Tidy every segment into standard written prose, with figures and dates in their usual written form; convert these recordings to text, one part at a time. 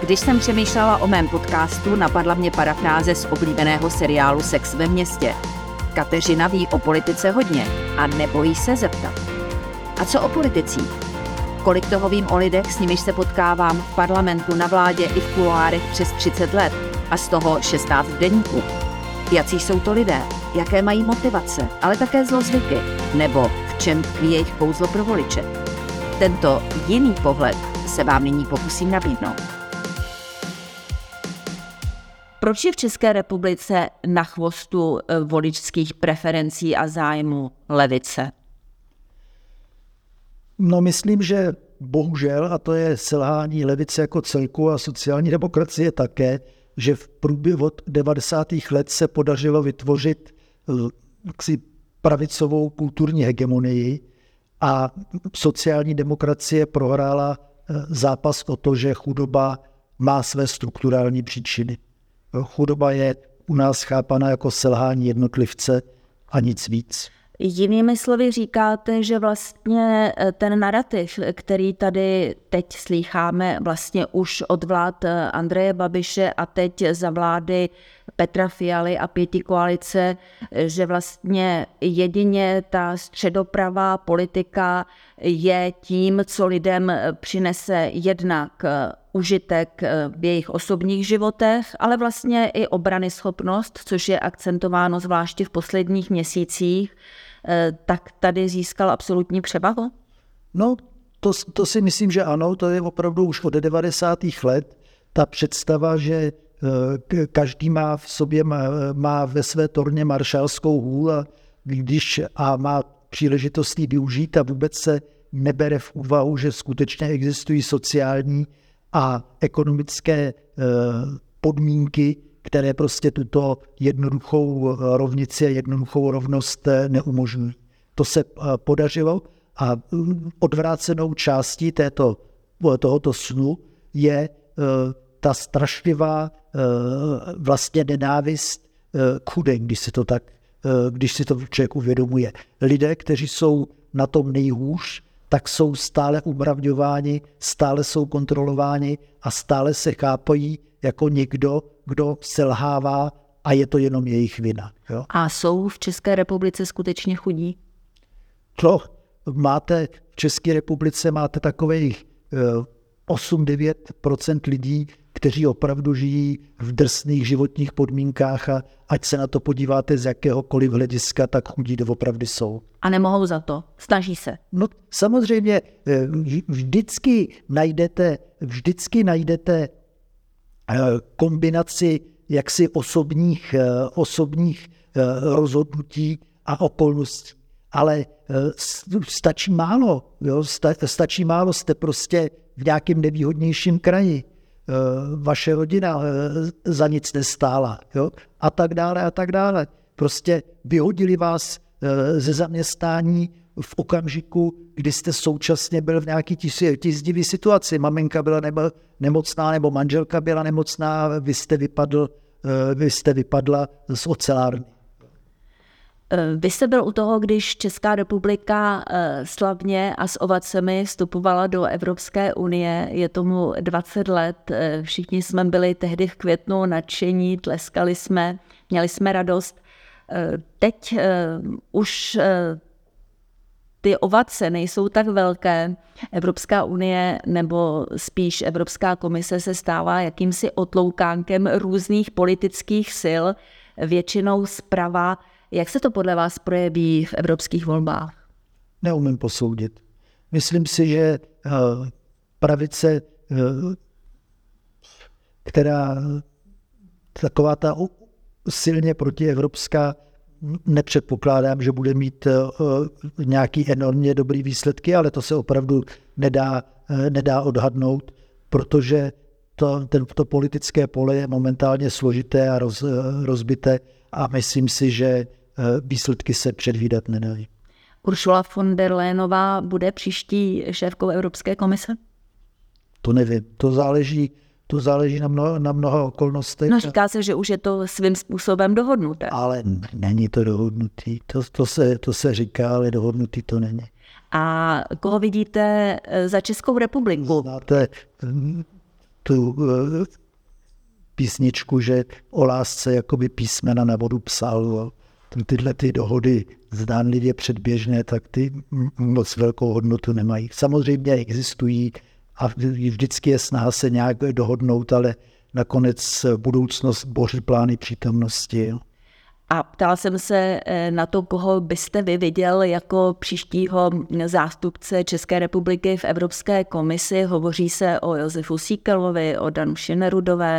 Když jsem přemýšlela o mém podcastu, napadla mě parafráze z oblíbeného seriálu Sex ve městě. Kateřina ví o politice hodně a nebojí se zeptat. A co o politicích? Kolik toho vím o lidech, s nimiž se potkávám v parlamentu, na vládě i v kuloárech přes 30 let a z toho 16 v deníku. Jací jsou to lidé, jaké mají motivace, ale také zlozvyky, nebo v čem tkví jejich kouzlo pro voliče. Tento jiný pohled se vám nyní pokusím nabídnout. Proč je v České republice na chvostu voličských preferencí a zájmu levice? No, myslím, že bohužel, a to je selhání levice jako celku a sociální demokracie také, že v průběhu od 90. let se podařilo vytvořit pravicovou kulturní hegemonii a sociální demokracie prohrála zápas o to, že chudoba má své strukturální příčiny. Chudoba je u nás chápaná jako selhání jednotlivce a nic víc. Jinými slovy říkáte, že vlastně ten narrativ, který tady teď slýcháme vlastně už od vlád Andreje Babiše a teď za vlády Petra Fialy a pětikoalice, že vlastně jedině ta středopravá politika je tím, co lidem přinese jednak užitek v jejich osobních životech, ale vlastně i obranyschopnost, což je akcentováno zvláště v posledních měsících, tak tady získal absolutní převahu? No, to si myslím, že ano, to je opravdu už od 90. let. Ta představa, že každý má v sobě, má ve své torně maršálskou hůl a má příležitosti využít a vůbec se nebere v úvahu, že skutečně existují sociální a ekonomické podmínky, které prostě tuto jednoduchou rovnici a jednoduchou rovnost neumožňují. To se podařilo a odvrácenou částí tohoto snu je ta strašlivá vlastně nenávist k chudým, když si to člověk uvědomuje. Lidé, kteří jsou na tom nejhůř, tak jsou stále umravňováni, stále jsou kontrolováni a stále se chápají jako někdo, kdo selhává a je to jenom jejich vina. Jo? A jsou v České republice skutečně chudí? V České republice máte takových 8-9% lidí, kteří opravdu žijí v drsných životních podmínkách a ať se na to podíváte z jakéhokoliv hlediska, tak chudí doopravdy jsou. A nemohou za to? Snaží se? No samozřejmě vždycky najdete kombinaci jaksi osobních rozhodnutí a okolností. Ale stačí málo. Jo? Stačí málo, jste prostě v nějakém nevýhodnějším kraji. Vaše rodina za nic nestála. Jo? A tak dále. Prostě vyhodili vás ze zaměstnání v okamžiku, kdy jste současně byl v nějaké tíznivé situaci. Maminka byla nemocná nebo manželka byla nemocná, vy jste vypadla z ocelárny. Vy jste byl u toho, když Česká republika slavně a s ovacemi vstupovala do Evropské unie. Je tomu 20 let. Všichni jsme byli tehdy v květnu nadšení, tleskali jsme, měli jsme radost. Teď už ty ovace nejsou tak velké. Evropská unie nebo spíš Evropská komise se stává jakýmsi otloukánkem různých politických sil, většinou zprava. Jak se to podle vás projeví v evropských volbách? Neumím posoudit. Myslím si, že pravice, která taková ta silně protievropská, nepředpokládám, že bude mít nějaký enormně dobrý výsledky, ale to se opravdu nedá odhadnout, protože to politické pole je momentálně složité a rozbité a myslím si, že výsledky se předvídat nedají. Ursula von der Leyenová bude příští šéfkou Evropské komise? To nevím, to záleží na mnoha okolnostech. No říká se, že už je to svým způsobem dohodnuté. Ale není to dohodnutý, to se říká, ale dohodnutý to není. A koho vidíte za Českou republiku? Znáte, tu písničku, že o lásce jakoby písmena na vodu psal. Tyhle ty dohody zdánlivě předběžné, tak ty moc velkou hodnotu nemají. Samozřejmě existují a vždycky je snaha se nějak dohodnout, ale nakonec budoucnost boří plány přítomnosti. A ptala jsem se na to, koho byste vy viděl jako příštího zástupce České republiky v Evropské komisi. Hovoří se o Josefu Síkelovi, o Danuši Nerudové.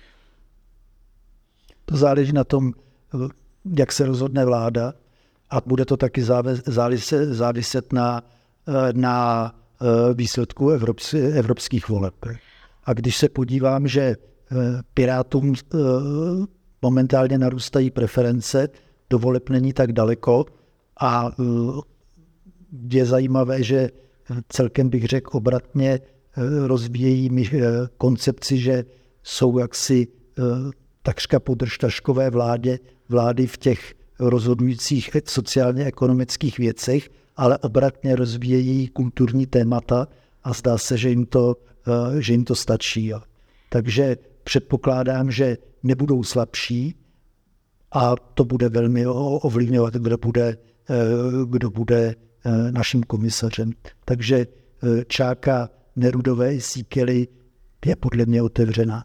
To záleží na tom, jak se rozhodne vláda, a bude to taky záviset na výsledku evropských voleb. A když se podívám, že Pirátům momentálně narůstají preference, do voleb není tak daleko a je zajímavé, že celkem bych řekl obratně rozvíjejí koncepci, že jsou jaksi takřka podržtaškové vlády v těch rozhodujících sociálně-ekonomických věcech, ale obratně rozvíjejí kulturní témata a zdá se, že jim to stačí. Takže předpokládám, že nebudou slabší a to bude velmi ovlivňovat, kdo bude naším komisařem. Takže čáka Nerudové i Síkely je podle mě otevřená.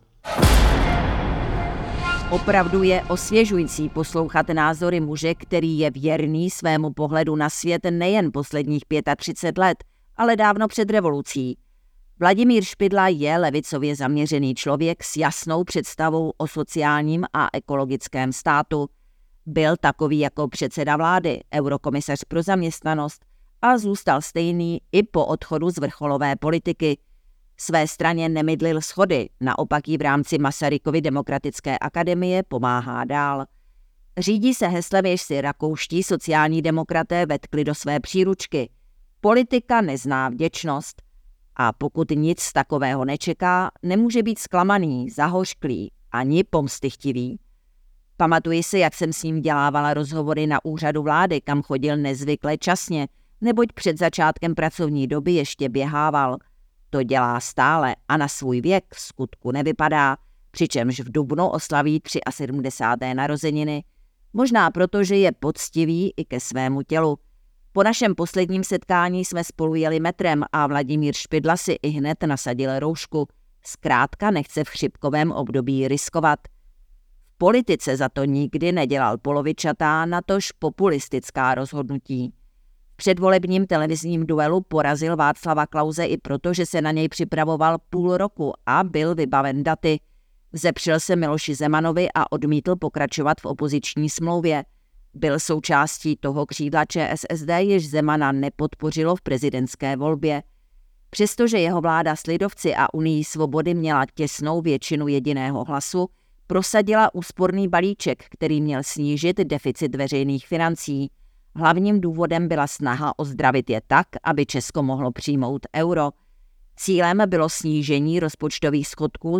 Opravdu je osvěžující poslouchat názory muže, který je věrný svému pohledu na svět nejen posledních 35 let, ale dávno před revolucí. Vladimír Špidla je levicově zaměřený člověk s jasnou představou o sociálním a ekologickém státu. Byl takový jako předseda vlády, eurokomisař pro zaměstnanost a zůstal stejný i po odchodu z vrcholové politiky. Své straně nemydlil schody, naopak jí v rámci Masarykovy demokratické akademie pomáhá dál. Řídí se heslem, jež si rakouští sociální demokraté vetkli do své příručky. Politika nezná vděčnost. A pokud nic takového nečeká, nemůže být zklamaný, zahořklý ani pomstychtivý. Pamatuji si, jak jsem s ním dělávala rozhovory na úřadu vlády, kam chodil nezvykle časně, neboť před začátkem pracovní doby ještě běhával. To dělá stále a na svůj věk v skutku nevypadá, přičemž v dubnu oslaví 73. narozeniny. Možná proto, že je poctivý i ke svému tělu. Po našem posledním setkání jsme spolu jeli metrem a Vladimír Špidla si ihned nasadil roušku. Zkrátka nechce v chřipkovém období riskovat. V politice za to nikdy nedělal polovičatá, natož populistická rozhodnutí. V předvolebním televizním duelu porazil Václava Klause i proto, že se na něj připravoval půl roku a byl vybaven daty. Vzepřel se Miloši Zemanovi a odmítl pokračovat v opoziční smlouvě. Byl součástí toho křídla ČSSD, jež Zemana nepodpořilo v prezidentské volbě. Přestože jeho vláda s lidovci a Unií svobody měla těsnou většinu jediného hlasu, prosadila úsporný balíček, který měl snížit deficit veřejných financí. Hlavním důvodem byla snaha ozdravit je tak, aby Česko mohlo přijmout euro. Cílem bylo snížení rozpočtových schodků z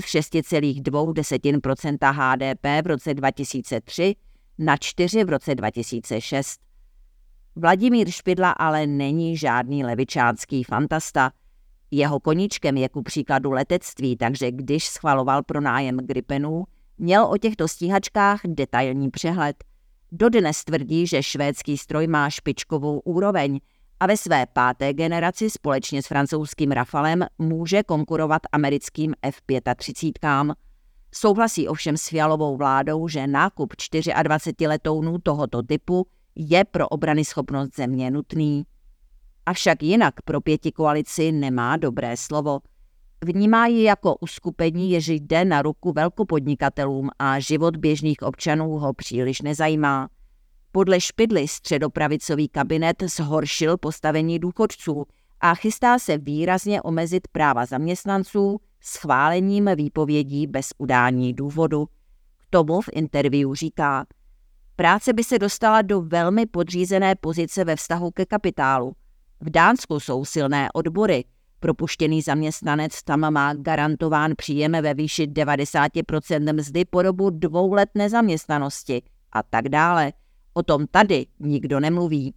6,2% HDP v roce 2003 na 4 v roce 2006. Vladimír Špidla ale není žádný levičánský fantasta. Jeho koníčkem je ku příkladu letectví, takže když schvaloval pronájem Gripenů, měl o těchto stíhačkách detailní přehled. Dodnes tvrdí, že švédský stroj má špičkovou úroveň a ve své 5. generaci společně s francouzským Rafalem může konkurovat americkým F-35. Souhlasí ovšem s Fialovou vládou, že nákup 24 letounů tohoto typu je pro obranyschopnost země nutný. Avšak jinak pro pětikoalici nemá dobré slovo. Vnímá ji jako uskupení, jež jde na ruku velkopodnikatelům a život běžných občanů ho příliš nezajímá. Podle Špidly středopravicový kabinet zhoršil postavení důchodců a chystá se výrazně omezit práva zaměstnanců schválením výpovědí bez udání důvodu. K tomu v interview říká: práce by se dostala do velmi podřízené pozice ve vztahu ke kapitálu. V Dánsku jsou silné odbory. Propuštěný zaměstnanec tam má garantován příjem ve výši 90% mzdy po dobu 2 let nezaměstnanosti a tak dále. O tom tady nikdo nemluví.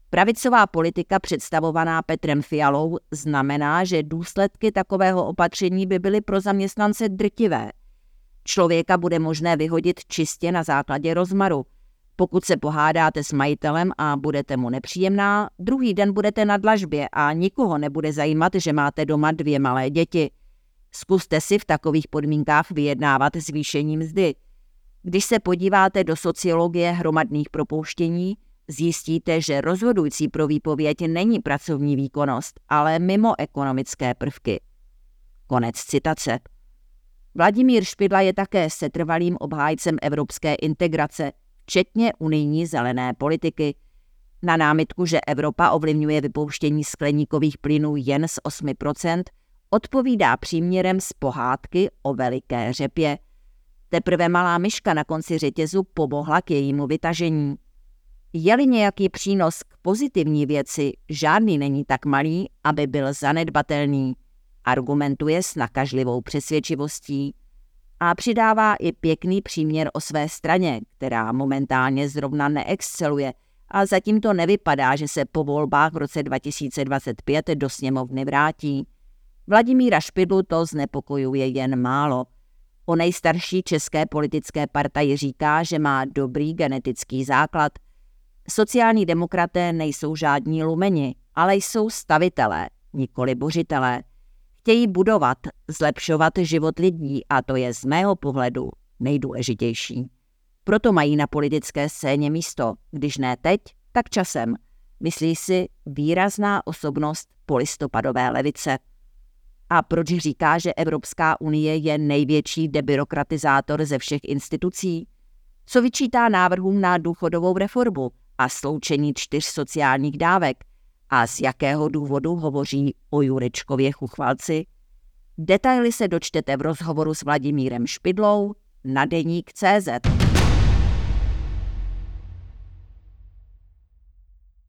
Pravicová politika představovaná Petrem Fialou znamená, že důsledky takového opatření by byly pro zaměstnance drtivé. Člověka bude možné vyhodit čistě na základě rozmaru. Pokud se pohádáte s majitelem a budete mu nepříjemná, druhý den budete na dlažbě a nikoho nebude zajímat, že máte doma 2 malé děti. Zkuste si v takových podmínkách vyjednávat zvýšení mzdy. Když se podíváte do sociologie hromadných propouštění, zjistíte, že rozhodující pro výpověď není pracovní výkonnost, ale mimoekonomické prvky. Konec citace. Vladimír Špidla je také setrvalým obhájcem evropské integrace, včetně unijní zelené politiky. Na námitku, že Evropa ovlivňuje vypouštění skleníkových plynů jen z 8%, odpovídá příměrem z pohádky o veliké řepě. Teprve malá myška na konci řetězu pomohla k jejímu vytažení. Je-li nějaký přínos k pozitivní věci, žádný není tak malý, aby byl zanedbatelný, argumentuje s nakažlivou přesvědčivostí a přidává i pěkný příměr o své straně, která momentálně zrovna neexceluje a zatím to nevypadá, že se po volbách v roce 2025 do sněmovny vrátí. Vladimíra Špidlu to znepokojuje jen málo. O nejstarší české politické partaji říká, že má dobrý genetický základ. Sociální demokraté nejsou žádní lumeni, ale jsou stavitelé, nikoli bořitelé. Chtějí budovat, zlepšovat život lidí a to je z mého pohledu nejdůležitější. Proto mají na politické scéně místo, když ne teď, tak časem. Myslí si výrazná osobnost polistopadové levice. A proč říká, že Evropská unie je největší debyrokratizátor ze všech institucí? Co vyčítá návrhům na důchodovou reformu a sloučení 4 sociálních dávek? A z jakého důvodu hovoří o Jurečkově chuchvalci? Detaily se dočtete v rozhovoru s Vladimírem Špidlou na Deník.cz.